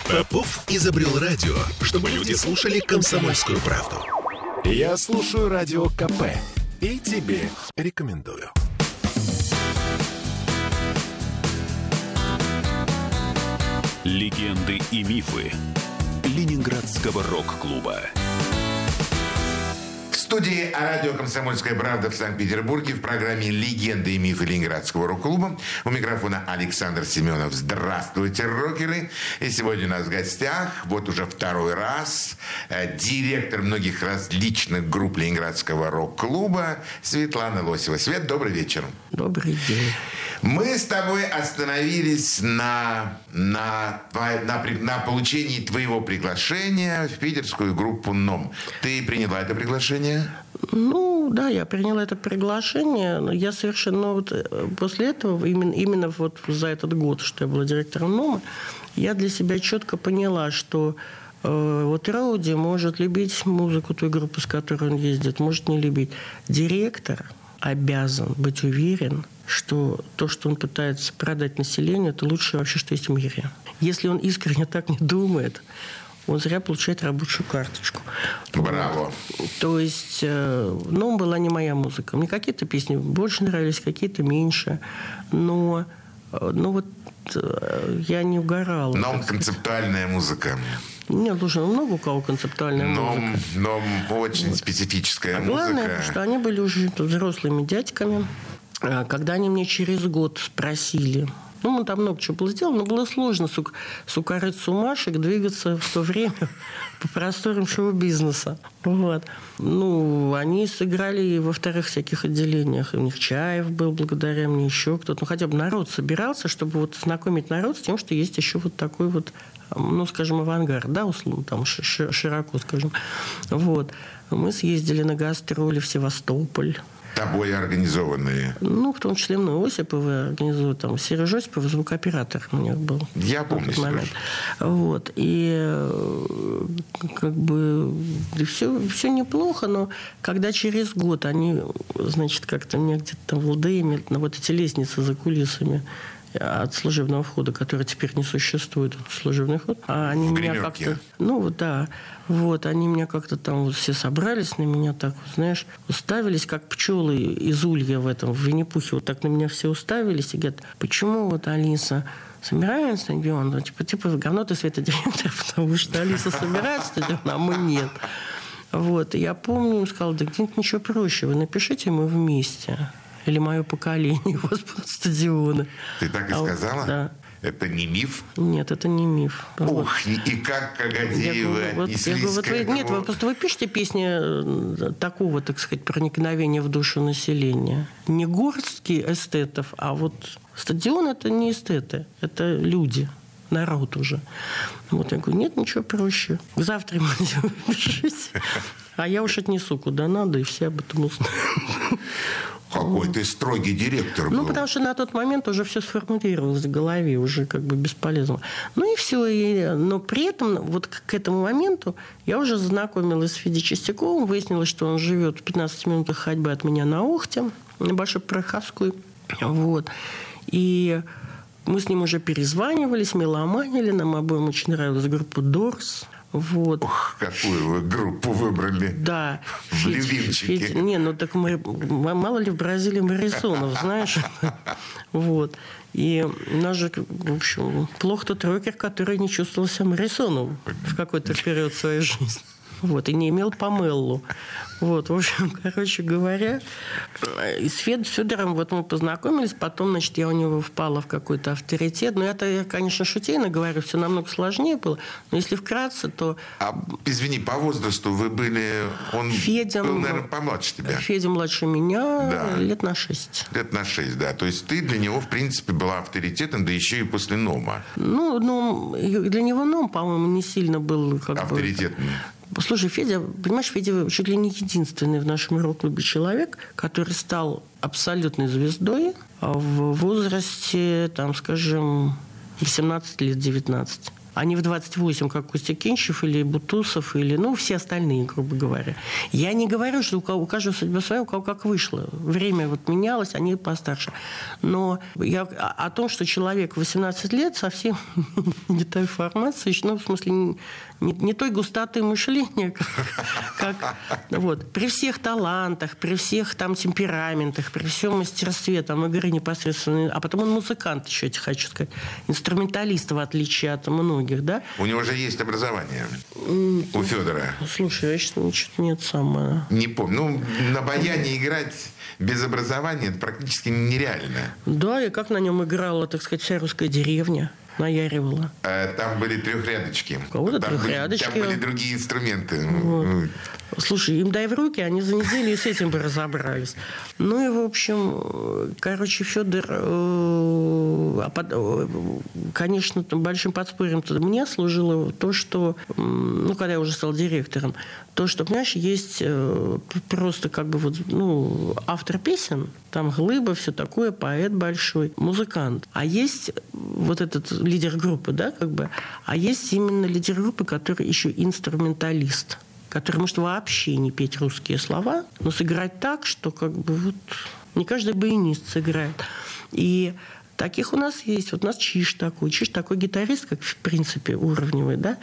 Попов изобрел радио, чтобы люди слушали «Комсомольскую правду». Я слушаю Радио КП и тебе рекомендую. Легенды и мифы Ленинградского рок-клуба. В студии радио «Комсомольская правда» в Санкт-Петербурге в программе «Легенды и мифы Ленинградского рок-клуба». У микрофона Александр Семенов. Здравствуйте, рокеры! И сегодня у нас в гостях, вот уже второй раз, директор многих различных групп Ленинградского рок-клуба Светлана Лосева. Свет, добрый вечер. Добрый день. Мы с тобой остановились на получении твоего приглашения в питерскую группу «НОМ». Ты приняла это приглашение? Ну, да, я приняла это приглашение. Но я совершенно вот после этого, именно вот за этот год, что я была директором НОМа, я для себя четко поняла, что вот Роуди может любить музыку той группы, с которой он ездит, может не любить. Директор обязан быть уверен, что то, что он пытается продать населению, это лучшее вообще, что есть в мире. Если он искренне так не думает, он зря получает рабочую карточку. Браво. То есть, «НОМ» была не моя музыка. Мне какие-то песни больше нравились, какие-то меньше. Но вот я не угорала. «НОМ» – концептуальная музыка. Нет, слушай, много у кого концептуальная музыка. «НОМ» очень специфическая музыка. Главное, что они были уже взрослыми дядьками. Когда они мне через год спросили... Ну, там много чего было сделано, но было сложно с укорыцу Машек двигаться в то время по просторам шоу-бизнеса. Вот. Ну, они сыграли и во вторых всяких отделениях. И у них Чаев был благодаря мне, еще кто-то. Ну, хотя бы народ собирался, чтобы вот знакомить народ с тем, что есть еще вот такой вот, ну, скажем, авангард, да, условно, там широко, скажем. Вот. Мы съездили на гастроли в Севастополь. Тобой организованные? Ну, в том числе мной Осипова организует. Там Сережа Осипов, звукооператор у них был. Я помню, Сережа. Вот. И как бы все неплохо, но когда через год они, значит, как-то мне где-то там в ЛДМ, на вот эти лестницы за кулисами от служебного входа, который теперь не существует, этот служебный вход. А они меня как-то... Ну, вот, да. Вот, они меня как-то там вот все собрались на меня так, вот, знаешь, уставились, как пчелы из улья в этом, в Винни-Пухе. Вот так на меня все уставились и говорят, почему вот Алиса собирает стадион? Ну, типа, говно ты, Света, директор, потому что Алиса собирает стадион, а мы нет. Вот, и я помню, сказала, да где-нибудь ничего проще, вы напишите, мы вместе. Или мое поколение, господи, стадиона. Ты так и сказала? Да. Это не миф? Нет, это не миф. Ух, вот. И как Агадеевы отнеслись к этому? Нет, вы пишете песни такого, так сказать, проникновения в душу населения. Не горстки эстетов, а вот стадион – это не эстеты, это люди. Народ уже. Вот я говорю, нет, ничего проще. Завтра мы пишите. А я уж отнесу куда надо, и все об этом узнают. Какой ты строгий директор был. Ну, потому что на тот момент уже все сформулировалось в голове, уже как бы бесполезно. Ну и все. Но при этом вот к этому моменту я уже знакомилась с Федей Чистяковым, выяснилось, что он живет в 15 минутах ходьбы от меня на Охте, на Большой Пороховской. Вот. И мы с ним уже перезванивались, меломанили, нам обоим очень нравилась группа «Дорс». Вот. Ох, какую вы группу выбрали. Да. В любимчике. Не, ну так мало ли в Бразилии Моррисонов, знаешь. Вот. И у нас же, в общем, плох тот рокер, который не чувствовал себя Моррисоном в какой-то период своей жизни. Вот, и не имел Памеллу. Вот, в общем, короче говоря, и с Федором вот мы познакомились, потом, значит, я у него впала в какой-то авторитет. Но это я, конечно, шутейно говорю, все намного сложнее было. Но если вкратце, то... Извини, по возрасту вы были... Он Федя, был, наверное, помладше тебя. Федя младше меня, да. лет на 6. Лет на 6, да. То есть ты для него, в принципе, была авторитетом, да еще и после НОМа. Ну, для него НОМ, по-моему, не сильно был... авторитетным. Слушай, Федя, понимаешь, Федя чуть ли не единственный в нашем рок-клубе человек, который стал абсолютной звездой в возрасте, там, скажем, 18 лет, 19. а не в 28, как Костя Кинчев или Бутусов, или, ну, все остальные, грубо говоря. Я не говорю, что у каждого судьба своя, у кого как вышло. Время вот менялось, они постарше. Но я о том, что человек в 18 лет совсем не той формации, ну, в смысле, не той густоты мышления, как вот, при всех талантах, при всех там темпераментах, при всем мастерстве там, игры непосредственно. А потом он музыкант еще, я хочу сказать. Инструменталист, в отличие от многих, да? У него же есть образование. У Федора. Слушай, я что-то нет самое. Не помню. Ну, на баяне играть без образования это практически нереально. Да, и как на нем играла, так сказать, вся русская деревня. Наяривала. Там были трехрядочки. У кого-то трехрядочки. Там были другие инструменты. Вот. Слушай, им дай в руки, они за неделю и с этим бы разобрались. Ну и, в общем, короче, Федор, конечно, большим подспорьем мне служило то, что, ну, когда я уже стал директором, то, что, понимаешь, есть просто как бы вот, ну, автор песен, там глыба, все такое, поэт большой, музыкант. А есть вот этот лидер группы, да, как бы, а есть именно лидер группы, который еще инструменталист, который может вообще не петь русские слова, но сыграть так, что как бы вот не каждый баянист сыграет. И таких у нас есть. Вот у нас Чиж такой гитарист, как в принципе уровневый, да.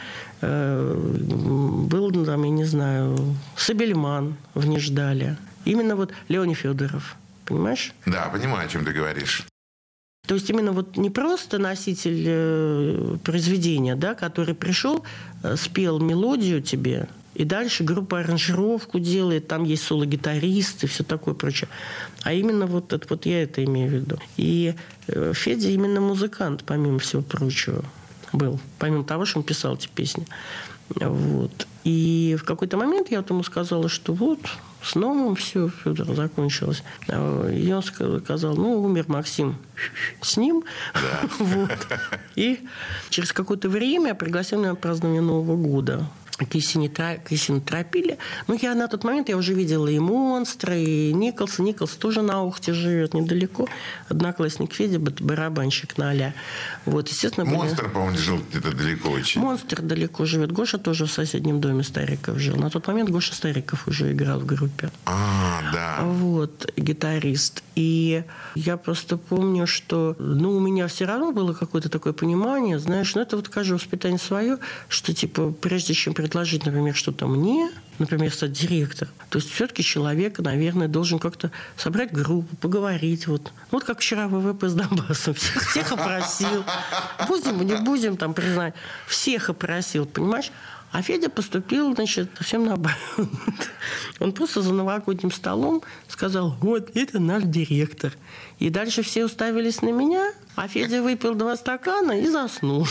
Был там, я не знаю, Сабельман в Неждале. Именно вот Леоний Федоров. Понимаешь? Да, понимаю, о чем ты говоришь. То есть именно вот не просто носитель произведения, да, который пришел, спел мелодию тебе, и дальше группа аранжировку делает, там есть соло-гитарист и все такое прочее. А именно вот это, вот я это имею в виду. И Федя именно музыкант, помимо всего прочего, был. Помимо того, что он писал эти песни. Вот. И в какой-то момент я вот ему сказала, что вот, с новым все, Федор, закончилось. И он сказал, ну, умер Максим с ним. Да. Вот. И через какое-то время пригласил меня на празднование Нового года к Есени Тропиле. Ну, я на тот момент я уже видела и «Монстра», и Николса. Николс тоже на Ухте живет недалеко. Одноклассник Федя, барабанщик на а-ля. Вот, естественно, «Монстр», по-моему, жил где-то далеко очень. «Монстр» далеко живет. Гоша тоже в соседнем доме Стариков жил. На тот момент Гоша Стариков уже играл в группе. Да. Вот, гитарист. И я просто помню, что, ну, у меня все равно было какое-то такое понимание, знаешь, ну, это вот каждое воспитание свое, что, типа, прежде чем предложить, например, что-то мне, например, стать директором, то есть все-таки человек, наверное, должен как-то собрать группу, поговорить. Вот, вот как вчера ВВП с Донбассом. Всех опросил. Будем, не будем там признать. Всех опросил, понимаешь? А Федя поступил, значит, совсем наоборот. Он просто за новогодним столом сказал, вот, это наш директор. И дальше все уставились на меня, а Федя выпил 2 стакана и заснул.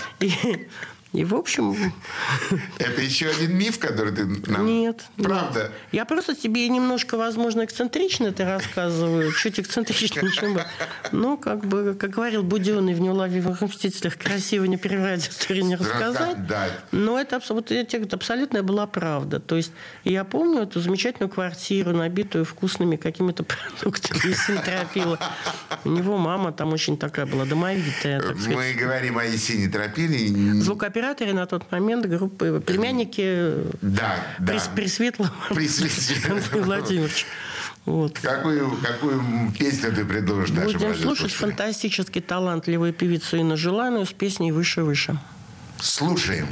И в общем... Это еще один миф, который ты нам... Нет. Правда? Нет. Я просто тебе немножко, возможно, эксцентрично это рассказываю. Чуть эксцентричнее, чем бы. Но, как бы, как говорил Буденный в «Неуловимых мстителях», красиво не переврать, историю не рассказать. Да. Но это абсолютная была правда. То есть я помню эту замечательную квартиру, набитую вкусными какими-то продуктами из Синтропила. У него мама там очень такая была домовитая. Мы говорим о Есени Тропиле. Звукооператоры на тот момент группы, племянники Пресветлого Андрея Владимировича. Вот. Какую песню ты предложишь нашим радиослушателям? Будем слушать фантастически талантливую певицу Инну Желанную с песней «Выше-выше». Слушаем.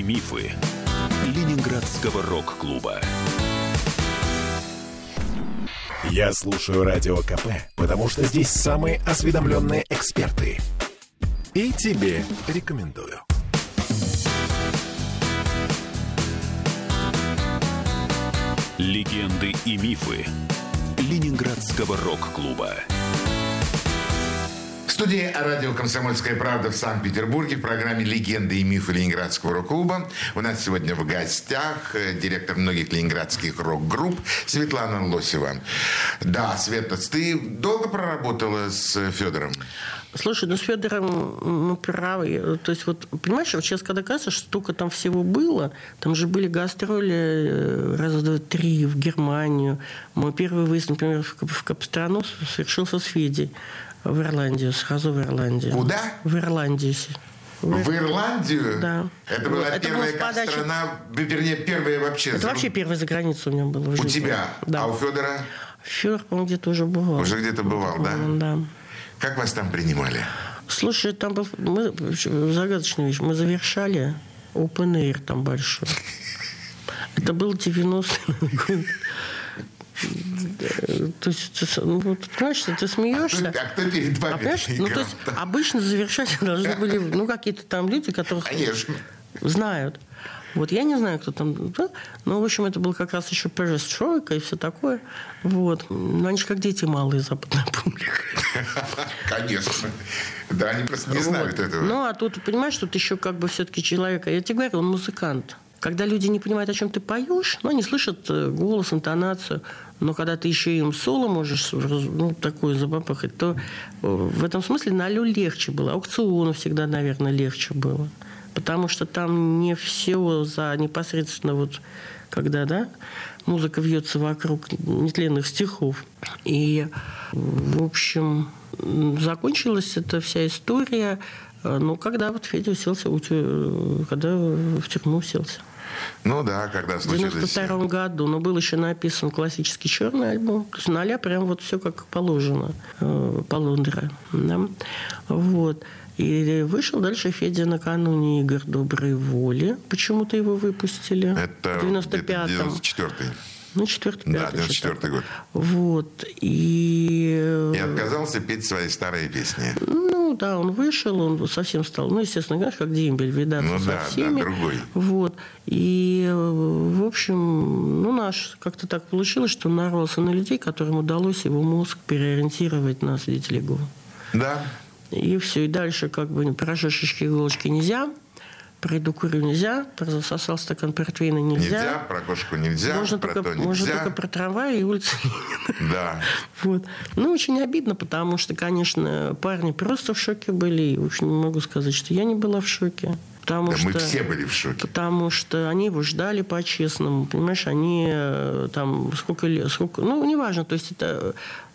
мифы Ленинградского рок-клуба. Я слушаю Радио КП, потому что здесь самые осведомленные эксперты. И тебе рекомендую. Легенды и мифы Ленинградского рок-клуба. В студии радио «Комсомольская правда» в Санкт-Петербурге в программе «Легенды и мифы Ленинградского рок-клуба». У нас сегодня в гостях директор многих ленинградских рок-групп Светлана Лосева. Да, Света, ты долго проработала с Федором? Слушай, с Федором, правы. То есть, вот, понимаешь, вот сейчас, когда кажется, что столько там всего было, там же были гастроли раза два, три в Германию. Мой первый выезд, например, в Капстрану совершился с Федей. В Ирландию, сразу в Ирландию. Куда? В Ирландию. В Ирландию? Да. Это была первая страна, вернее, первая вообще. Это вообще первая за границу у меня была в жизни. У тебя? Да. А у Федора? Федор, по-моему, где-то уже бывал. Уже где-то бывал, да? Да. Как вас там принимали? Слушай, там был загадочная вещь. Мы завершали open air там большой. Это был 90-й год. То есть, ну, вот, понимаешь, ты смеешься. А кто перед вами ну, то есть, обычно завершать должны были, ну, какие-то там люди, которых знают. Вот я не знаю, кто там, да? Но, в общем, это был как раз еще перестройка и все такое. Вот. Но они же как дети малые, западная публика. Конечно. Да, они просто не знают этого. Ну, а тут, понимаешь, тут еще как бы все-таки человек, я тебе говорю, он музыкант. Когда люди не понимают, о чем ты поешь, ну, они слышат голос, интонацию, но когда ты еще им соло можешь, ну, такое забабахать, то в этом смысле на аллю легче было. Аукциону всегда, наверное, легче было. Потому что там не все за непосредственно вот, когда, да, музыка вьется вокруг нетленных стихов. И, в общем, закончилась эта вся история, ну, когда вот Федя уселся, когда в тюрьму уселся. Ну да, когда случилось. В 92 году, но был еще написан классический черный альбом. То есть на а-ля прям вот все как положено. По Лондре. Да? Вот. И вышел дальше Федя накануне игр «Доброй воли». Почему-то его выпустили. Это в 95-м. 94-й. Ну, 4-5. Да, 94-й год. Вот. И отказался петь свои старые песни. Ну, да, он вышел, он совсем стал, ну, естественно, знаешь, как дембель, видаться со всеми. Да, другой. Вот. И, в общем, ну, наш как-то так получилось, что он нарвался на людей, которым удалось его мозг переориентировать на «Свидетелей Иеговы». Да. И все. И дальше как бы про шишечки иголочки нельзя, про еду курю нельзя, про засосал стакан портвейна нельзя. Про кошку нельзя, можно про только, то нельзя. Можно только про трамвай и улицу Ленина. Да. Вот. Ну, очень обидно, потому что, конечно, парни просто в шоке были. И, в общем, не могу сказать, что я не была в шоке. Потому да, что, мы все были в шоке. Потому что они его ждали по-честному. Понимаешь, они там сколько... Ну, неважно. То есть это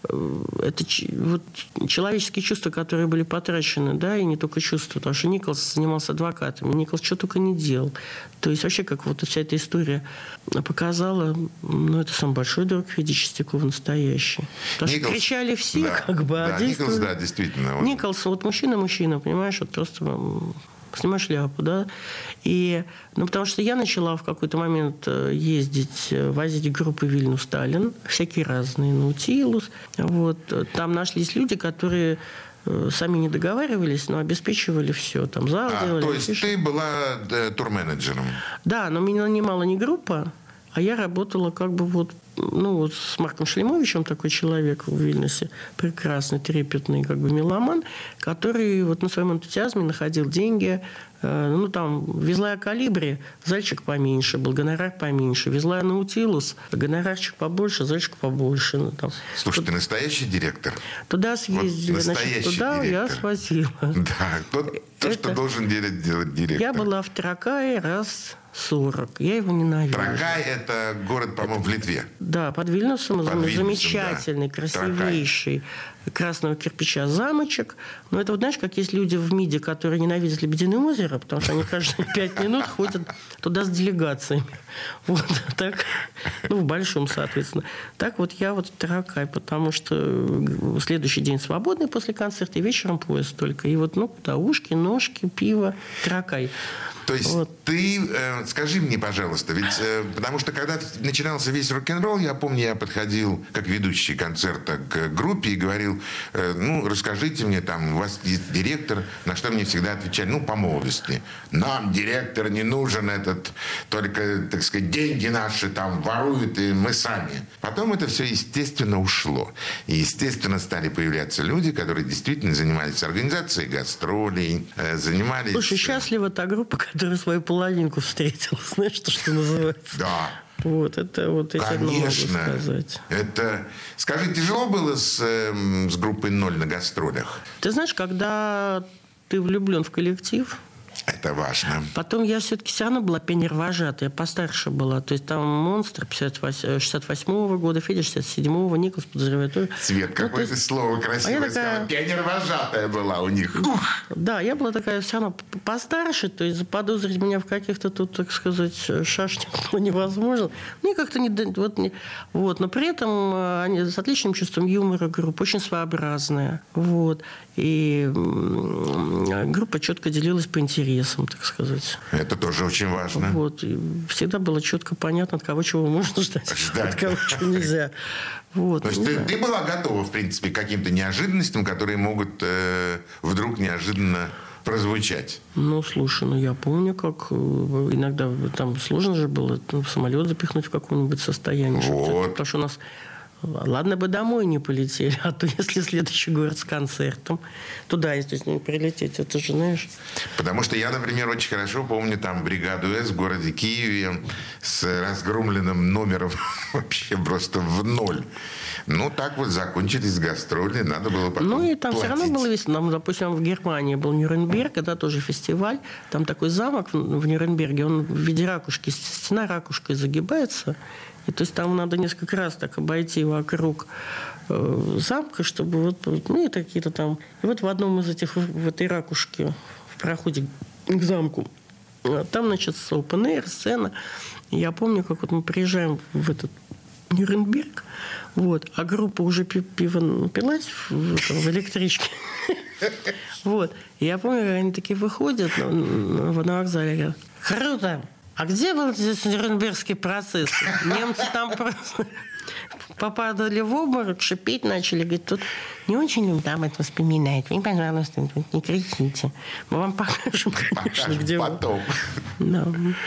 вот человеческие чувства, которые были потрачены, да, и не только чувства. Потому что Николс занимался адвокатом. И Николс что только не делал. То есть вообще, как вот вся эта история показала, ну, это самый большой друг Феди Чистякова, настоящий. Потому что кричали все, да, как бы, да, Николс, да, действительно. Николс, вот мужчина, понимаешь, вот просто... Снимай шляпу, да. И, ну, потому что я начала в какой-то момент ездить, возить группы Вильнюс Таллин, всякие разные, Наутилус. Вот. Там нашлись люди, которые сами не договаривались, но обеспечивали все. Там зал делали. То есть ты была турменеджером? Да, но меня нанимала не группа, а я работала как бы вот, ну, вот с Марком Шлемовичем, такой человек в Вильнюсе, прекрасный, трепетный как бы меломан, который вот на своем энтузиазме находил деньги. Ну, там, везла я «Калибри», зальчик поменьше, был гонорар поменьше. Везла я «Наутилус», гонорарчик побольше, зальчик побольше. Ну, там. Слушай, ты настоящий директор? Туда съездили. Вот значит, туда директор. Я свозила. Да, то, что должен делать директор. Я была в Тракае раз 40. Я его ненавижу. Тракай – это город, по-моему, в Литве. Да, под Вильнюсом. Замечательный, да. красивейший. красного кирпича замочек. Но это, вот знаешь, как есть люди в МИДе, которые ненавидят Лебединое озеро, потому что они каждые 5 минут ходят туда с делегациями. Вот так. Ну, в большом, соответственно. Так вот я вот таракай, потому что следующий день свободный после концерта, и вечером поезд только. И вот, ну, да, ушки, ножки, пиво, таракай. То есть вот. ты, скажи мне, пожалуйста, ведь, потому что когда начинался весь рок-н-ролл, я помню, я подходил как ведущий концерта к группе и говорил, ну, расскажите мне, там, у вас есть директор, на что мне всегда отвечали, ну, по молодости. Нам директор не нужен, этот, только, так сказать, деньги наши там воруют, и мы сами. Потом это все, естественно, ушло. И, естественно, стали появляться люди, которые действительно занимались организацией гастролей, занимались... Слушай, счастлива та группа, которая свою половинку встретила, знаешь, что называется. Да. Вот, это вот я тебе могу сказать. Это... Скажи, тяжело было с группой «Ноль» на гастролях? Ты знаешь, когда ты влюблен в коллектив... Это важно. Потом я все-таки все равно была пионервожатая, я постарше была. То есть там «Монстр» 68-го года, Федя 67-го, Николас, подозреваю, тоже. Свет, какое ты слово красивое сказала. Пионервожатая была у них. Да, я была такая все равно постарше, то есть заподозрить меня в каких-то тут, так сказать, шашнях было невозможно. Ну и как-то вот, но при этом они с отличным чувством юмора группа, очень своеобразная. Вот. И группа четко делилась по интересам, так сказать. Это тоже очень важно. Вот. И всегда было четко понятно, от кого чего можно ждать, от кого чего нельзя. Вот. То есть ты была готова, в принципе, к каким-то неожиданностям, которые могут вдруг неожиданно прозвучать? Ну, слушай, я помню, как иногда там сложно же было в самолет запихнуть в какое-нибудь состояние. Вот. Потому что у нас... Ладно бы домой не полетели, а то если следующий город с концертом, туда, если не прилететь, это же, знаешь... Потому что я, например, очень хорошо помню там бригаду «С» в городе Киеве с разгромленным номером вообще просто в ноль. Ну, так вот закончились гастроли, надо было потом Ну, и там платить. все равно было весело. Нам, допустим, в Германии был Нюрнберг, это тоже фестиваль. Там такой замок в Нюрнберге, он в виде ракушки, стена ракушкой загибается. И то есть там надо несколько раз так обойти вокруг замка, чтобы вот, ну, и какие-то там... И вот в одном из этих, в этой ракушке, в проходе к замку, там, значит, open air, сцена. И я помню, как вот мы приезжаем в этот Нюрнберг, вот, а группа уже пиво напилась в электричке. Вот. И я помню, как они такие выходят на вокзале, говорят, круто! А где был здесь Нюрнбергский процесс? Немцы там просто попадали в обморок, шипеть начали. Говорят, тут не очень там это вспоминает. Вы, пожалуйста, не кричите. Мы вам покажем, конечно, где потом. Да.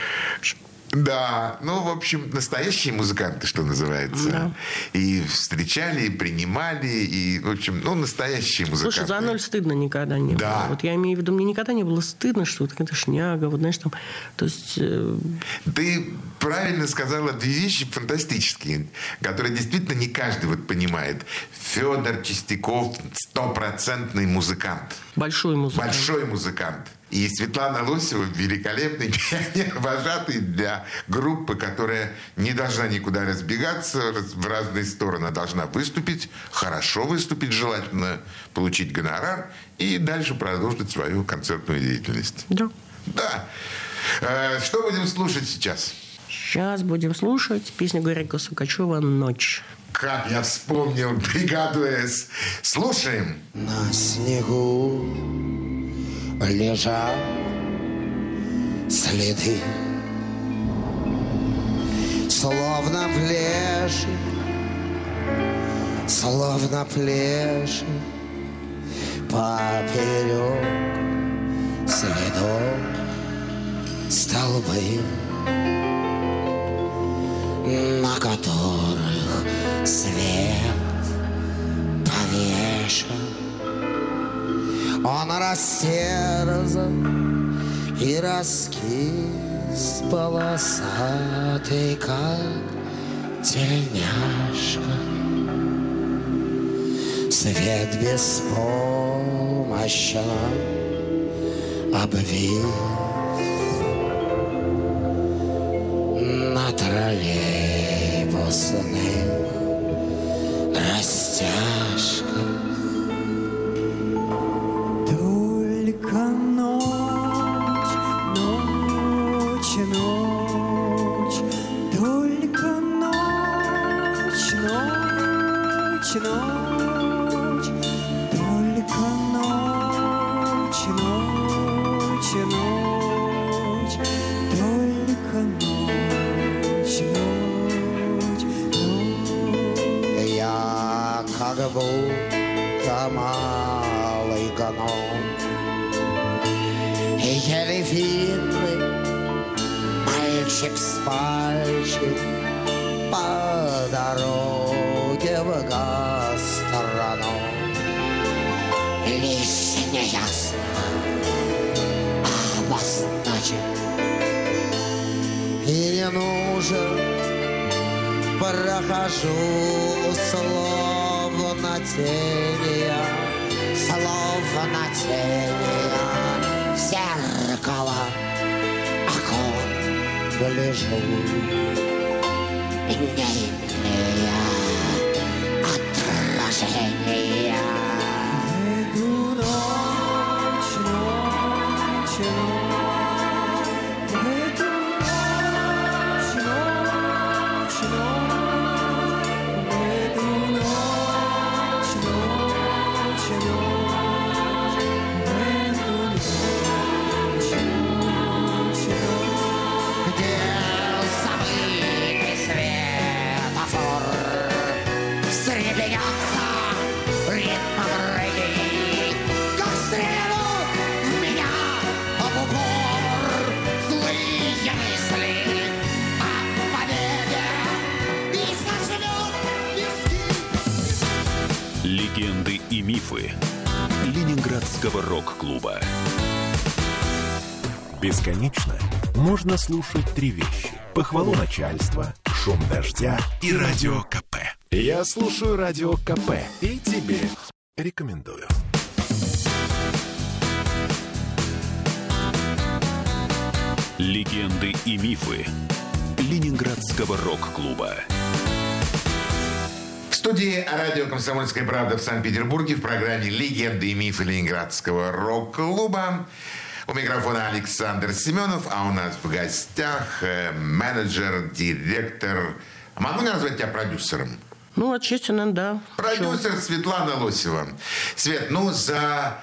Да, ну, в общем, настоящие музыканты, что называется. Да. И встречали, и принимали, и, в общем, ну, настоящие музыканты. Слушай, за ноль стыдно никогда не было. Вот я имею в виду, мне никогда не было стыдно, что вот какая-то шняга, вот, знаешь, там, то есть... Ты правильно сказала две вещи фантастические, которые действительно не каждый вот понимает. Федор Чистяков – 100% музыкант. Большой музыкант. Большой музыкант. И Светлана Лосева – великолепный пионер-вожатый для группы, которая не должна никуда разбегаться в разные стороны. Должна выступить, хорошо выступить, желательно получить гонорар и дальше продолжить свою концертную деятельность. Да. Да. Что будем слушать сейчас? Сейчас будем слушать песню Гарика Сукачева «Ночь». Как я вспомнил бригаду «С». Слушаем. На снегу лежат следы, словно плеши поперек следов столбы, на которых свет повешен. Он растерзан и раскис, полосатый, как тельняшка. Свет беспомощно обвис на троллейбусных растяжках. Еле видный мальчик с мальчик по дороге в гастроном. Лишь неясно обозначен и не нужен. Прохожу словно тени, словно тени в зеркало окон гляжу, не имея отражения. Эту ночь, ночь, ночь, эту ночь, ночь, ночь, эту ночь, ночь, ночь, эту ночь, ночь, ночь. Где забытый светофор стрелянется ритмом рыги, как стрелянут в меня в упор злые мысли о победе и сожмет виски. Легенды и мифы Ленинградского рок-клуба. Бесконечно можно слушать три вещи: похвалу начальства, шум дождя и радио КП. Я слушаю радио КП и тебе рекомендую. Легенды и мифы Ленинградского рок-клуба. В студии радио «Комсомольская правда» в Санкт-Петербурге в программе «Легенды и мифы Ленинградского рок-клуба». У микрофона Александр Семенов, а у нас в гостях менеджер, директор. Могу назвать тебя продюсером? Ну, отчасти, наверное, да. Продюсер Светлана Лосева. Свет, ну, за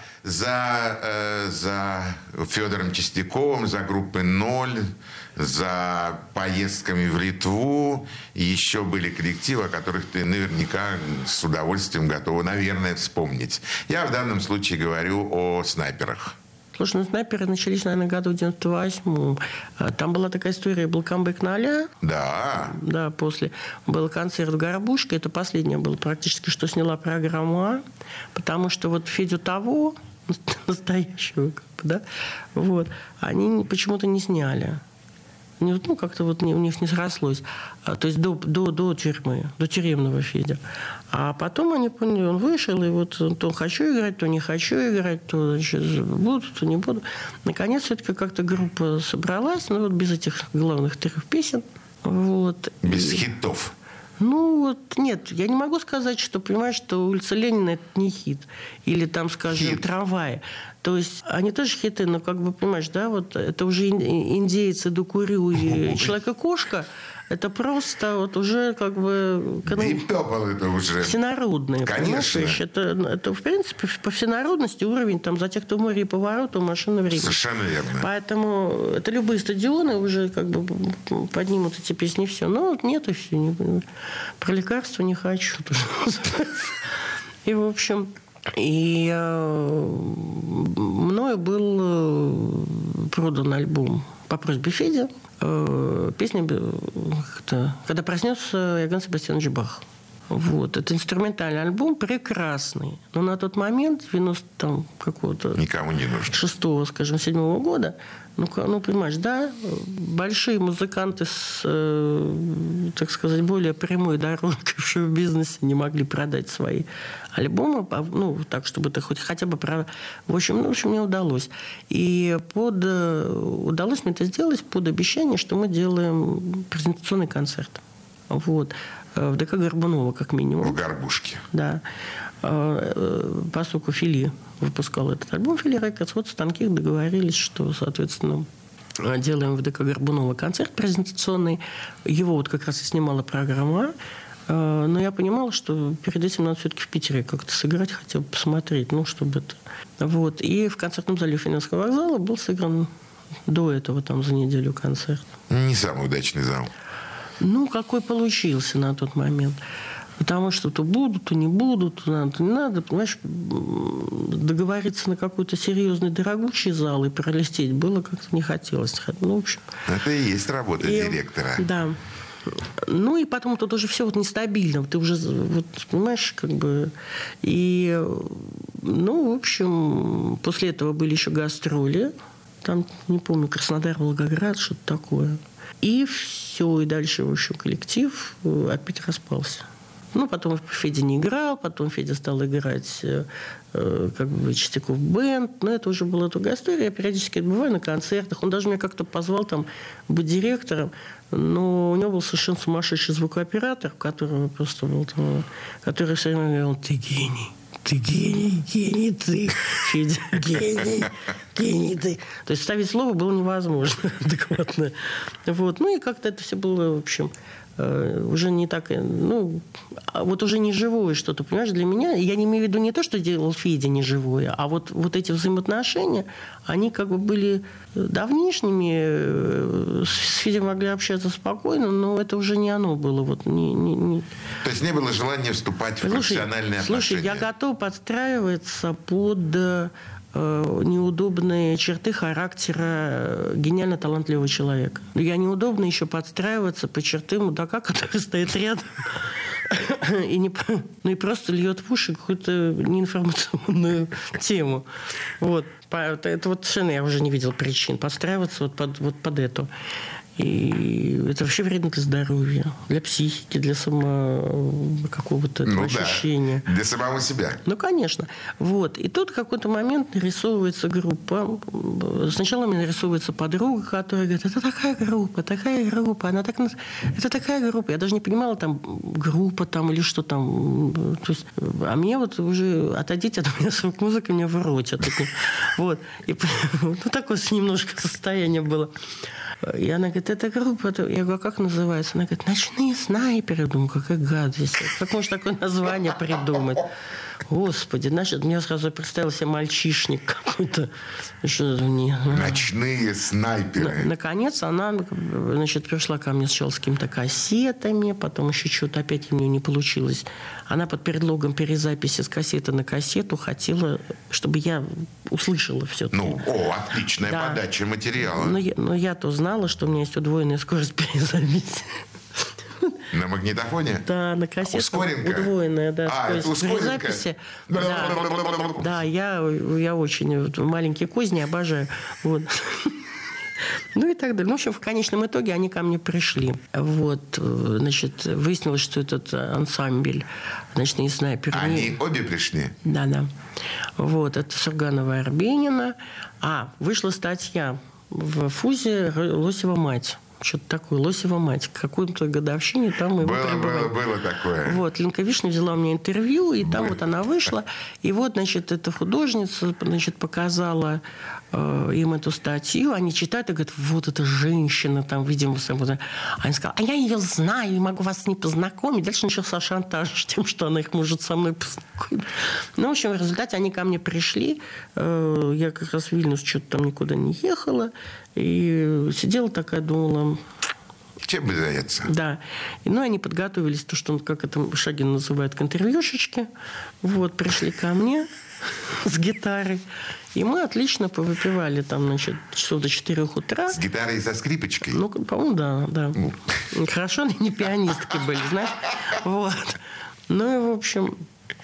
Федором Чистяковым, за группой «Ноль», за поездками в Литву. И еще были коллективы, о которых ты наверняка с удовольствием готова, наверное, вспомнить. Я в данном случае говорю о «Снайперах». Слушай, ну «Снайперы» начались, наверное, году в 98-м. Там была такая история, был камбэк «Ноля». Да. Да, после был концерт в Горбушке. Это последнее было практически, что сняла программу «А». Потому что вот Федю того, настоящего, как бы, да, вот, они почему-то не сняли. Ну, как-то вот у них не срослось. То есть до тюрьмы, до тюремного Федя. А потом они поняли, он вышел, и вот то хочу играть, то не хочу играть, то значит, буду, то не буду. Наконец, все-таки как-то группа собралась, ну, вот без этих главных трех песен. Вот. Без хитов. Ну, вот, нет, я не могу сказать, что, понимаешь, что «Улица Ленина» – это не хит. Или там, скажем, хит. «Трамваи». То есть они тоже хиты, но, как бы, понимаешь, да, вот это уже «Индейцы, Докурю» и «Человек и кошка». Это просто вот уже как бы... Deep Purple это уже... Всенародные. Конечно. Это, в принципе, по всенародности уровень там «За тех, кто в море и поворот, у машины время». Совершенно верно. Поэтому это любые стадионы уже как бы поднимут эти песни, все. Но нет, и все. Про лекарства не хочу. И, в общем... И мною был продан альбом по просьбе Феди. Песня «Когда проснется Иоганн Себастьянович Бах». Вот. Это инструментальный альбом, прекрасный. Но на тот момент, 90 какого-то... Никому не нужно. 6-го, скажем, 7-го года, ну, понимаешь, да, большие музыканты с, так сказать, более прямой дорожкой в шоу-бизнесе не могли продать свои альбомы, ну, так, чтобы это хотя бы... В общем, мне удалось. И удалось мне это сделать под обещание, что мы делаем презентационный концерт. Вот. В ДК Горбунова, как минимум. В Горбушке. Да. Поскольку Фили выпускал этот альбом, Фили Рекордс, вот с Танких договорились, что, соответственно, делаем в ДК Горбунова концерт презентационный. Его вот как раз и снимала программа. Но я понимала, что перед этим надо все-таки в Питере как-то сыграть, хотя бы посмотреть, ну, чтобы это... Вот. И в концертном зале Финляндского вокзала был сыгран до этого, там, за неделю концерт. Не самый удачный зал. Ну, какой получился на тот момент. Потому что то будут, то не будут, то надо, то не надо. Понимаешь, договориться на какой-то серьезный, дорогущий зал и пролететь было как-то не хотелось. Ну, в общем... Это и есть работа директора. Да. Ну, и потом тут уже все вот нестабильно. Ты уже, вот, понимаешь, как бы... И, ну, в общем, после этого были еще гастроли. Там, не помню, Краснодар, Волгоград, что-то такое. И все, и дальше, в общем, коллектив опять распался. Ну, потом Федя не играл, потом Федя стал играть как бы Чистяков бенд. Но это уже была другая история. Я периодически бываю на концертах. Он даже меня как-то позвал там быть директором. Но у него был совершенно сумасшедший звукооператор, который просто был там, который все время говорил: ты гений. Ты гений, гений ты, Федя, гений ты. То есть ставить слово было невозможно адекватно. Вот. Ну и как-то это все было, в общем, уже не так, ну, вот уже не живое что-то, понимаешь, для меня. Я не имею в виду не то, что делал Федя не живое, а вот эти взаимоотношения, они как бы были давнишними, с Федей могли общаться спокойно, но это уже не оно было. Вот, не... То есть не было желания вступать в профессиональные отношения? Слушай, я готов подстраиваться под неудобные черты характера гениально талантливого человека. Я неудобно еще подстраиваться по черты мудака, который стоит рядом и просто льет в уши какую-то неинформационную тему. Вот. Это вот совершенно я уже не видел причин подстраиваться вот под эту. И это вообще вредно для здоровья, для психики, для какого-то ощущения. Да, для самого себя. Ну, конечно. Вот. И тут в какой-то момент нарисовывается группа. Сначала мне нарисовывается подруга, которая говорит: это такая группа. Она так... Это такая группа. Я даже не понимала, там, группа там или что там. То есть, а мне вот уже отойдите от меня с рок-музыкой, меня воротят. Вот. И, ну, такое немножко состояние было. И она говорит: это группа. Я говорю: а как называется? Она говорит: «Ночные снайперы». Думаю, какая гадость. Как можно такое название придумать? Господи, значит, мне сразу представился мальчишник какой-то. Ночные снайперы. Наконец она, значит, пришла ко мне сначала с какими-то кассетами, потом еще что-то опять у нее не получилось. Она под предлогом перезаписи с кассеты на кассету хотела, чтобы я услышала все-таки. Ну, отличная подача материала. Но я-то знала, что у меня есть удвоенная скорость перезаписи. На магнитофоне? Да, на кассете. Ускоренка? Удвоенная, да. Это ускоренка? Записи. Да, я очень маленькие козни обожаю. Вот. Ну и так далее. Ну, в общем, в конечном итоге они ко мне пришли. Вот, значит, выяснилось, что этот ансамбль «Ночные снайперы». Они обе пришли? Да. Вот, это Сурганова и Арбенина. Вышла статья в ФУЗе «Лосева мать». Что-то такое, Лосева мать. К какой-то годовщине там мы было такое. Вот, Ленка Вишня взяла у меня интервью, и там вот она вышла. И вот, значит, эта художница, значит, показала им эту статью. Они читают и говорят: вот эта женщина там, видимо, они сказали: а я ее знаю, могу вас с ней познакомить. Дальше начался шантаж тем, что она их может со мной познакомить. Ну, в общем, в результате они ко мне пришли. Я как раз в Вильнюс что-то там никуда не ехала. И сидела такая, думала... Чем бы заняться? Да. Ну, они подготовились, то, что, как это Шагин называет, к интервьюшечке. Вот, пришли ко мне с гитарой. И мы отлично повыпивали там, значит, часов до 4 утра. С гитарой и со скрипочкой? Ну, по-моему, да. Хорошо, не пианистки были, знаешь. Вот. Ну, и, в общем...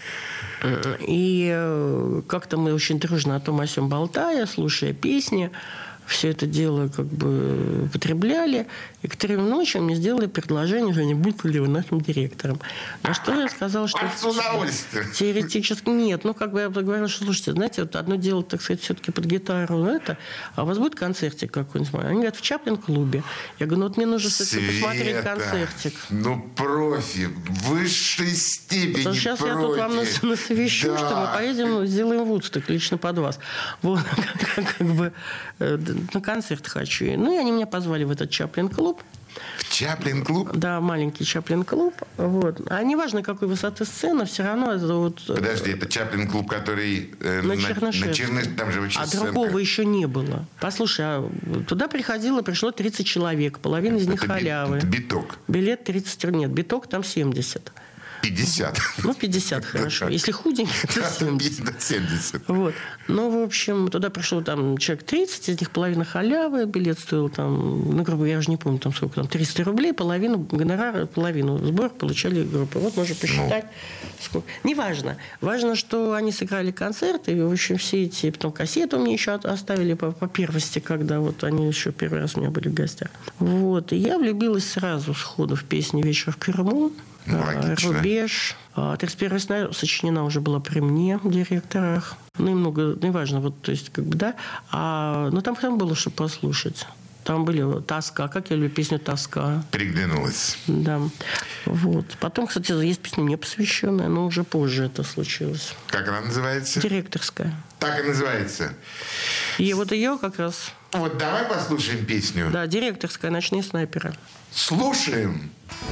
И как-то мы очень дружно о том о сём болтая, слушая песни, все это дело как бы употребляли. И к 3 ночи мне сделали предложение, что не будет ли вы нашим директором. На что я сказала, что... С удовольствием. Теоретически нет. Ну, как бы я говорила, что, слушайте, знаете, вот одно дело, так сказать, все-таки под гитару, а у вас будет концертик какой-нибудь? Они говорят: в Чаплин-клубе. Я говорю: ну, вот мне нужно посмотреть концертик. Ну, профи, в высшей степени Потому что сейчас профи. я тут вам насовещу, что мы поедем, сделаем Вудсток лично под вас. Вот, как бы на концерт хочу. Ну, и они меня позвали в этот Чаплин-клуб. В Чаплин-клуб? Да, маленький Чаплин-клуб. Вот. А неважно, какой высоты сцена, все равно это вот... Подожди, это Чаплин-клуб, который на Чернышевском. Там же вообще сценка. Другого еще не было. Послушай, туда пришло 30 человек, половина из них халявы. Это биток? Билет 30... Нет, биток там 70. 50. Ну, 50, хорошо. Если худенький, то 70. 70. Вот. Ну, в общем, туда пришло там человек 30, из них половина халявы, билет стоил там, ну, грубо, я уже не помню, там сколько там, 300 рублей, половину гонорара, половину сбор получали группы. Вот можно посчитать, сколько. Неважно. Важно, что они сыграли концерт, и, в общем, все эти, потом кассеты мне еще оставили по первости, когда вот они еще первый раз у меня были в гостях. Вот. И я влюбилась сразу сходу в песню «Вечер в Крыму». Логично. «Рубеж». 31 весна сочинена уже была при мне в директорах. Ну, немного, неважно, вот, то есть, как бы, да. Но там было, что послушать. Там были «Тоска». Как я люблю песню «Тоска». Приглянулась. Да. Вот. Потом, кстати, есть песня мне посвященная, но уже позже это случилось. Как она называется? «Директорская». Так и называется. И вот ее как раз... Вот давай послушаем песню. Да, «Директорская», «Ночные снайперы». Слушаем.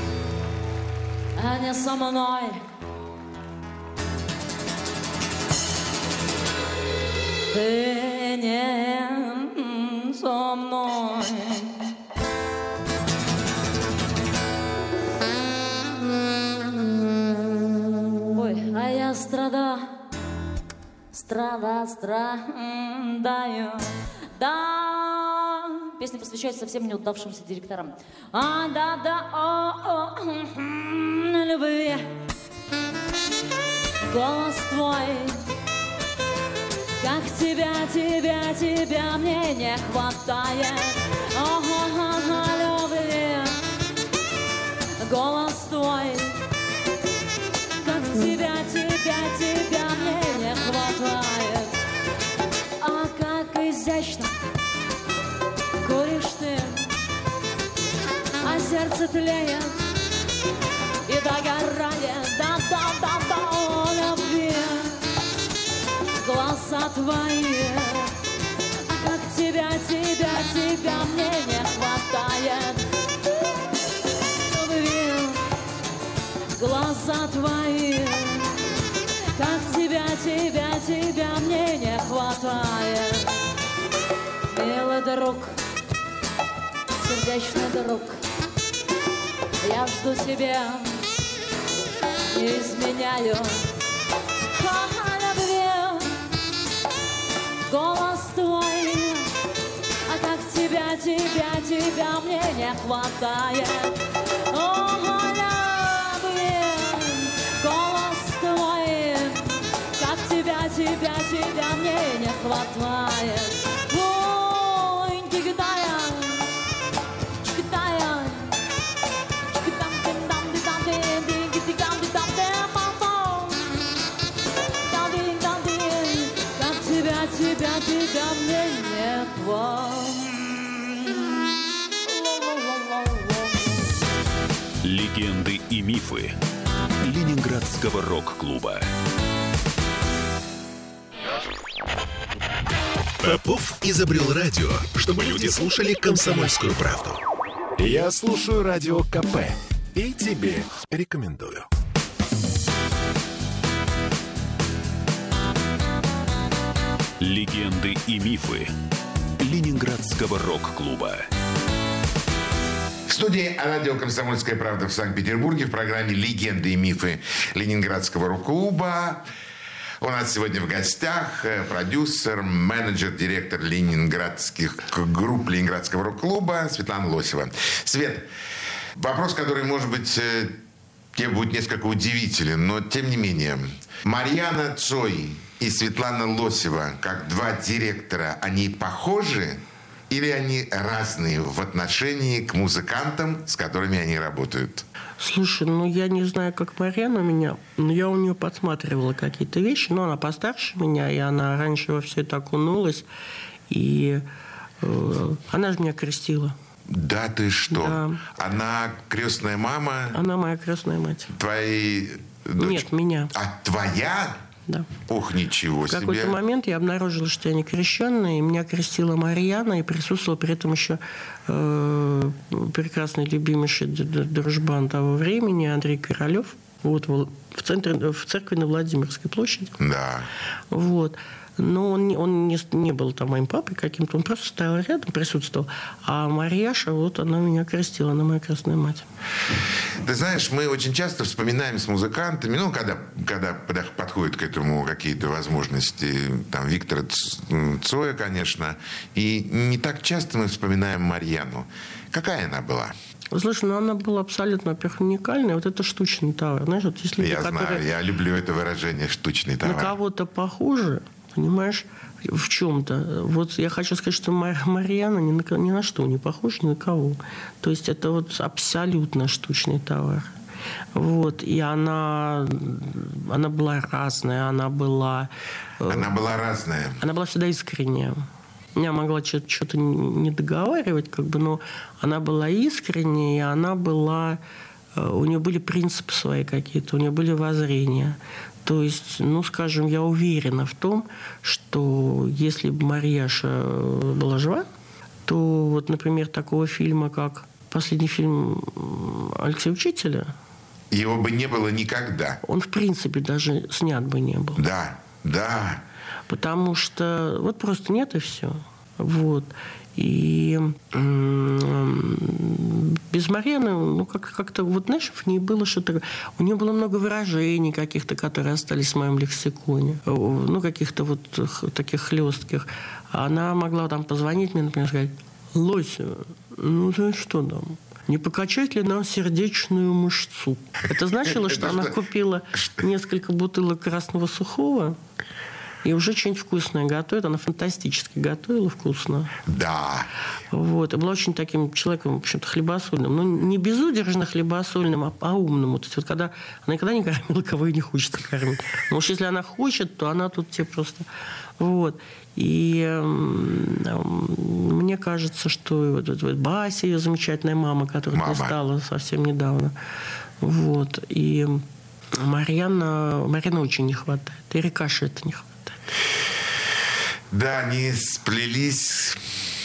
А не со мной. Ты не со мной. Ой, а я страдаю. Да, песня посвящается совсем неудавшимся директорам. Любви. Голос твой, как тебя мне не хватает. Любви. Голос твой, как тебя мне не хватает. А как изящно куришь ты, а сердце тлеет и догорает. Да, любви. Глаза твои, а как тебя мне не хватает. Любви. Глаза твои, как тебя мне не хватает. Милый друг, сердечный друг, я жду тебя, не изменяю. Любви. Голос твой, а как тебя мне не хватает. Любви. Голос твой, как тебя мне не хватает. Ой, чикитая, чикитая, как тебя мне не хватает. Легенды и мифы Ленинградского рок-клуба. Попов изобрел радио, чтобы люди слушали «Комсомольскую правду». Я слушаю радио КП и тебе рекомендую. Легенды и мифы Ленинградского рок-клуба. В студии радио «Комсомольская правда» в Санкт-Петербурге в программе «Легенды и мифы Ленинградского рок-клуба». У нас сегодня в гостях продюсер, менеджер, директор групп Ленинградского рок-клуба Светлана Лосева. Свет, вопрос, который, может быть, тебе будет несколько удивителен, но тем не менее. Марьяна Цой и Светлана Лосева, как два директора, они похожи или они разные в отношении к музыкантам, с которыми они работают? Слушай, я не знаю, как Марьяна у меня, но я у нее подсматривала какие-то вещи, но она постарше меня, и она раньше во все это окунулась, и она же меня крестила. Да ты что? Да. Она крестная мама? Она моя крестная мать. Твоей дочь? Нет, меня. А твоя? Да. Ох, ничего себе. В какой-то момент я обнаружила, что я не крещенная, и меня крестила Марьяна, и присутствовал при этом еще прекрасный любимейший дружбан того времени Андрей Королев. Вот в церкви на Владимирской площади. Да. Вот. Но он не был там моим папой каким-то, он просто стоял рядом, присутствовал. А Марьяша, вот она меня крестила, она моя крестная мать. Ты знаешь, мы очень часто вспоминаем с музыкантами, ну, когда подходят к этому какие-то возможности, там, Виктора Цоя, конечно, и не так часто мы вспоминаем Марьяну. Какая она была? Слушай, ну она была абсолютно, во-первых, уникальная. Вот это штучный товар. Знаешь, вот есть люди, Я знаю, я люблю это выражение «штучный товар». На кого-то похожи, понимаешь, в чем-то. Вот я хочу сказать, что Марьяна ни на что не похожа, ни на кого. То есть это вот абсолютно штучный товар. Вот. И она была разная, она была... Она была разная. Она была всегда искренняя. Я могла что-то не договаривать, как бы, но она была искренней, и она была... У нее были принципы свои какие-то, у нее были воззрения. То есть, ну, скажем, я уверена в том, что если бы Марьяша была жива, то вот, например, такого фильма, как последний фильм Алексея Учителя... Его бы не было никогда. Он, в принципе, даже снят бы не был. Да, да. Потому что вот просто нет, и все. Вот. И без Марьяны, ну, как-то, вот, знаешь, в ней было что-то... У нее было много выражений каких-то, которые остались в моем лексиконе. Ну, каких-то вот таких хлестких. Она могла там позвонить мне, например, сказать: «Лося, ну, ты что там? Не покачать ли нам сердечную мышцу?» Это значило, что она купила несколько бутылок красного сухого и уже что-нибудь вкусное готовит. Она фантастически готовила вкусно. Да. Вот. И была очень таким человеком, в общем-то, хлебосольным. Но не безудержно хлебосольным, а по-умному. То есть вот когда она никогда не кормила, кого ей не хочется кормить. Но уж если она хочет, то она тут тебе просто... Вот. И мне кажется, что вот Бася, ее замечательная мама, которая стала совсем недавно. Вот. И Марьяны очень не хватает. И Рикошета не хватает. Да, они сплелись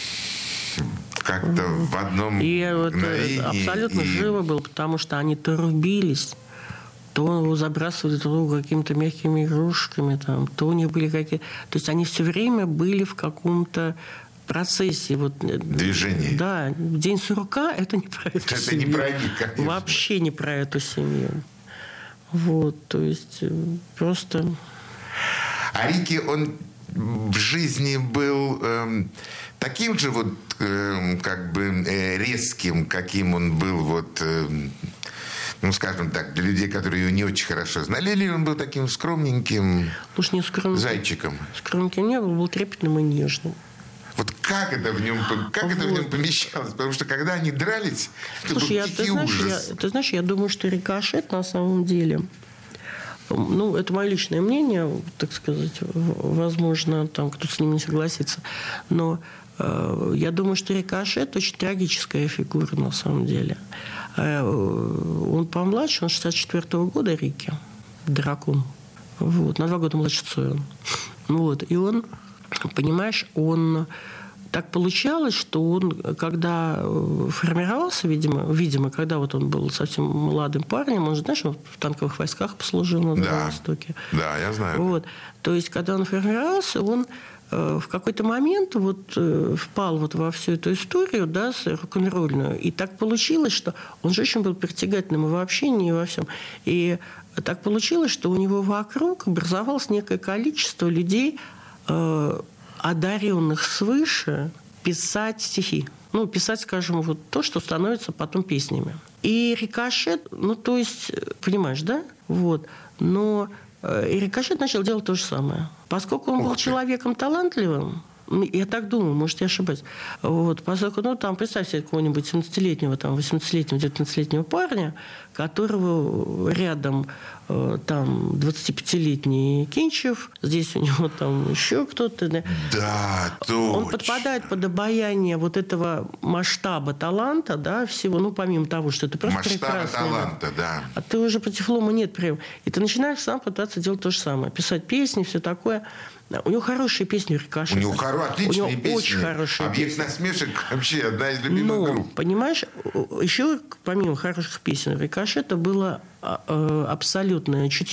как-то в одном мгновении. И абсолютно живо было, потому что они то рубились, то забрасывали друг друга какими-то мягкими игрушками, там, то у них были какие-то... То есть они все время были в каком-то процессе. Вот, движении. Да. День сурка – это не про эту семью. Это не про них, конечно. Вообще не про эту семью. Вот, то есть просто... А Рики, он в жизни был таким же вот как бы резким, каким он был вот... ну, скажем так, для людей, которые его не очень хорошо знали, или он был таким скромненьким зайчиком? Скромненьким не был трепетным и нежным. Вот как это в нем помещалось? Потому что когда они дрались, это был дикий ужас. Ты знаешь, я думаю, что Рикошет на самом деле... Ну, это мое личное мнение, так сказать. Возможно, там кто-то с ним не согласится. Но я думаю, что Рикошет очень трагическая фигура на самом деле. Он помладше, он 64-го года, Рики, дракон. Вот, на 2 года младше Цоя. Вот, и он, понимаешь, он... Так получалось, что он, когда формировался, видимо, когда вот он был совсем молодым парнем, он же, знаешь, он в танковых войсках послужил на Дальнем Востоке. Да, я знаю. Вот. То есть, когда он формировался, он в какой-то момент вот впал вот во всю эту историю, да, рок-н-ролльную. И так получилось, что он же очень был притягательным и в общении, и во всем. И так получилось, что у него вокруг образовалось некое количество людей, одаренных свыше, писать стихи. Ну, писать, скажем, вот то, что становится потом песнями. И Рикошет, ну, то есть, понимаешь, да? Вот. Но и Рикошет начал делать то же самое. Поскольку он был человеком талантливым, я так думаю, может, я ошибаюсь. Вот, поскольку, ну, там, представь себе какого-нибудь 17-летнего, там, 18-летнего, 19-летнего парня, которого рядом там 25-летний Кинчев, здесь у него там еще кто-то. Да, да, точно. Он подпадает под обаяние вот этого масштаба таланта, да, всего, ну, помимо того, что это просто прекрасно. Масштаба таланта, да. А ты уже по диплому нет прям. И ты начинаешь сам пытаться делать то же самое. Писать песни, все такое. У него хорошие песни Рикошета. У него отличные песни. Очень хорошие «Объект песни. насмешек» вообще одна из любимых групп. Понимаешь, еще помимо хороших песен Рикошета было абсолютное чутье,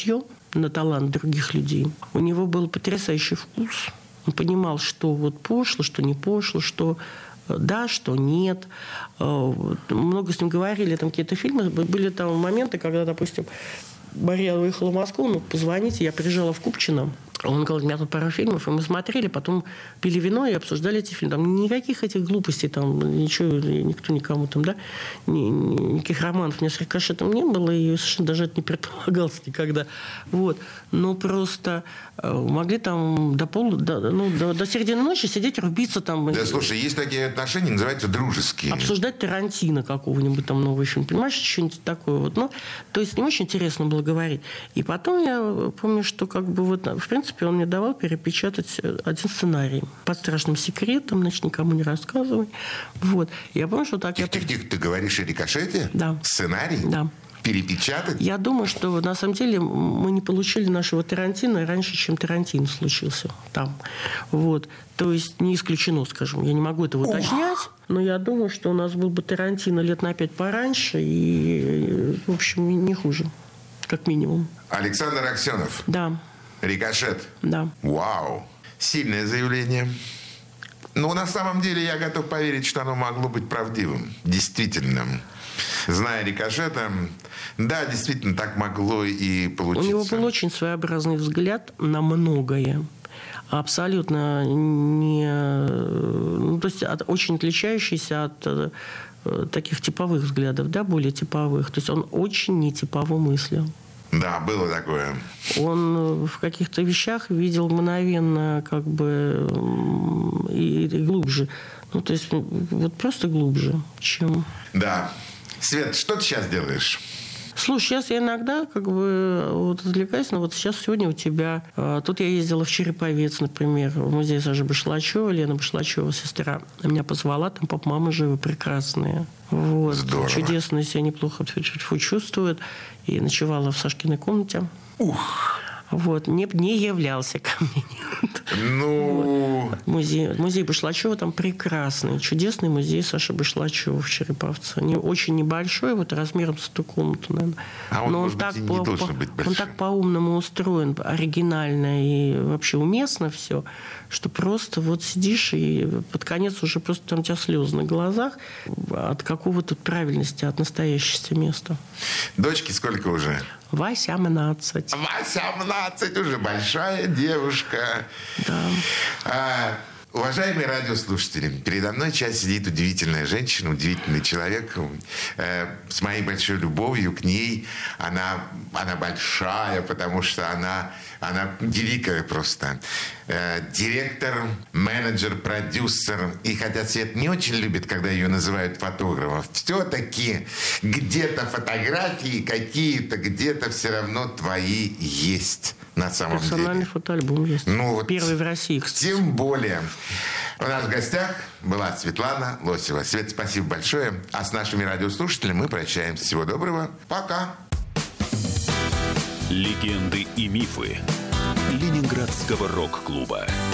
на талант других людей. У него был потрясающий вкус. Он понимал, что вот пошло, что не пошло, что да, что нет. Много с ним говорили, там какие-то фильмы. Были там моменты, когда, допустим, Мария выехала в Москву, ну, позвоните, я приезжала в Купчино. Он говорил, у меня тут пару фильмов, и мы смотрели, потом пили вино и обсуждали эти фильмы. Там никаких этих глупостей, там ничего, никто никому там, да, никаких романов ни с Рикошетом не было, и совершенно даже это не предполагалось никогда. Вот. Но просто могли там до середины ночи сидеть, рубиться там. Да, слушай, есть такие отношения, называются дружеские. Обсуждать Тарантино какого-нибудь там новый фильм, понимаешь, что-нибудь такое вот. Ну, то есть, не очень интересно было говорить. И потом я помню, что как бы вот, в принципе, он мне давал перепечатать один сценарий под страшным секретом, значит, никому не рассказывай. Вот. Я помню, что так... Тихо, ты говоришь о Рикошете? Да. Сценарий? Да. Перепечатать? Я думаю, что на самом деле мы не получили нашего Тарантино раньше, чем Тарантино случился там. Вот. То есть не исключено, скажем. Я не могу этого уточнять, но я думаю, что у нас был бы Тарантино лет на 5 пораньше и, в общем, не хуже, как минимум. Александр Аксенов. Да. Рикошет. Да. Вау. Сильное заявление. Но на самом деле я готов поверить, что оно могло быть правдивым, действительным. Зная Рикошета, да, действительно, так могло и получиться. У него был очень своеобразный взгляд на многое. Абсолютно не... Ну, то есть очень отличающийся от таких типовых взглядов, да, более типовых. То есть он очень нетипово мыслил. Да, было такое. Он в каких-то вещах видел мгновенно как бы и глубже. Ну, то есть вот просто глубже, чем... Да. Свет, что ты сейчас делаешь? Слушай, сейчас я иногда как бы вот отвлекаюсь, но вот сейчас сегодня у тебя... Тут я ездила в Череповец, например, в музей Саши Башлачева. Лена Башлачева, сестра, меня позвала. Там папа-мама живы, прекрасные. Вот. Здорово. Чудесно, себя неплохо чувствуют. И ночевала в Сашкиной комнате. Ух! Вот. Не являлся ко мне. Ну... Вот. Музей Башлачева там прекрасный. Чудесный музей Саши Башлачева в Череповце. Очень небольшой, вот размером с эту комнату, наверное. А он, но может быть, и не должен быть большим. Он так по-умному устроен, оригинально и вообще уместно все, что просто вот сидишь и под конец уже просто там у тебя слезы на глазах от какого-то правильности, от настоящего места. Дочке сколько уже? 18. 18, уже большая девушка. Да. Уважаемые радиослушатели, передо мной сейчас сидит удивительная женщина, удивительный человек. С моей большой любовью к ней. Она большая, потому что она великая просто. Директор, менеджер, продюсер. И хотя Свет не очень любит, когда ее называют фотографом, все-таки где-то фотографии какие-то, где-то все равно твои есть на самом деле. Персональный фотоальбом есть. Ну, вот первый в России, кстати. Тем более. У нас в гостях была Светлана Лосева. Свет, спасибо большое. А с нашими радиослушателями мы прощаемся. Всего доброго. Пока. Легенды и мифы Ленинградского рок-клуба.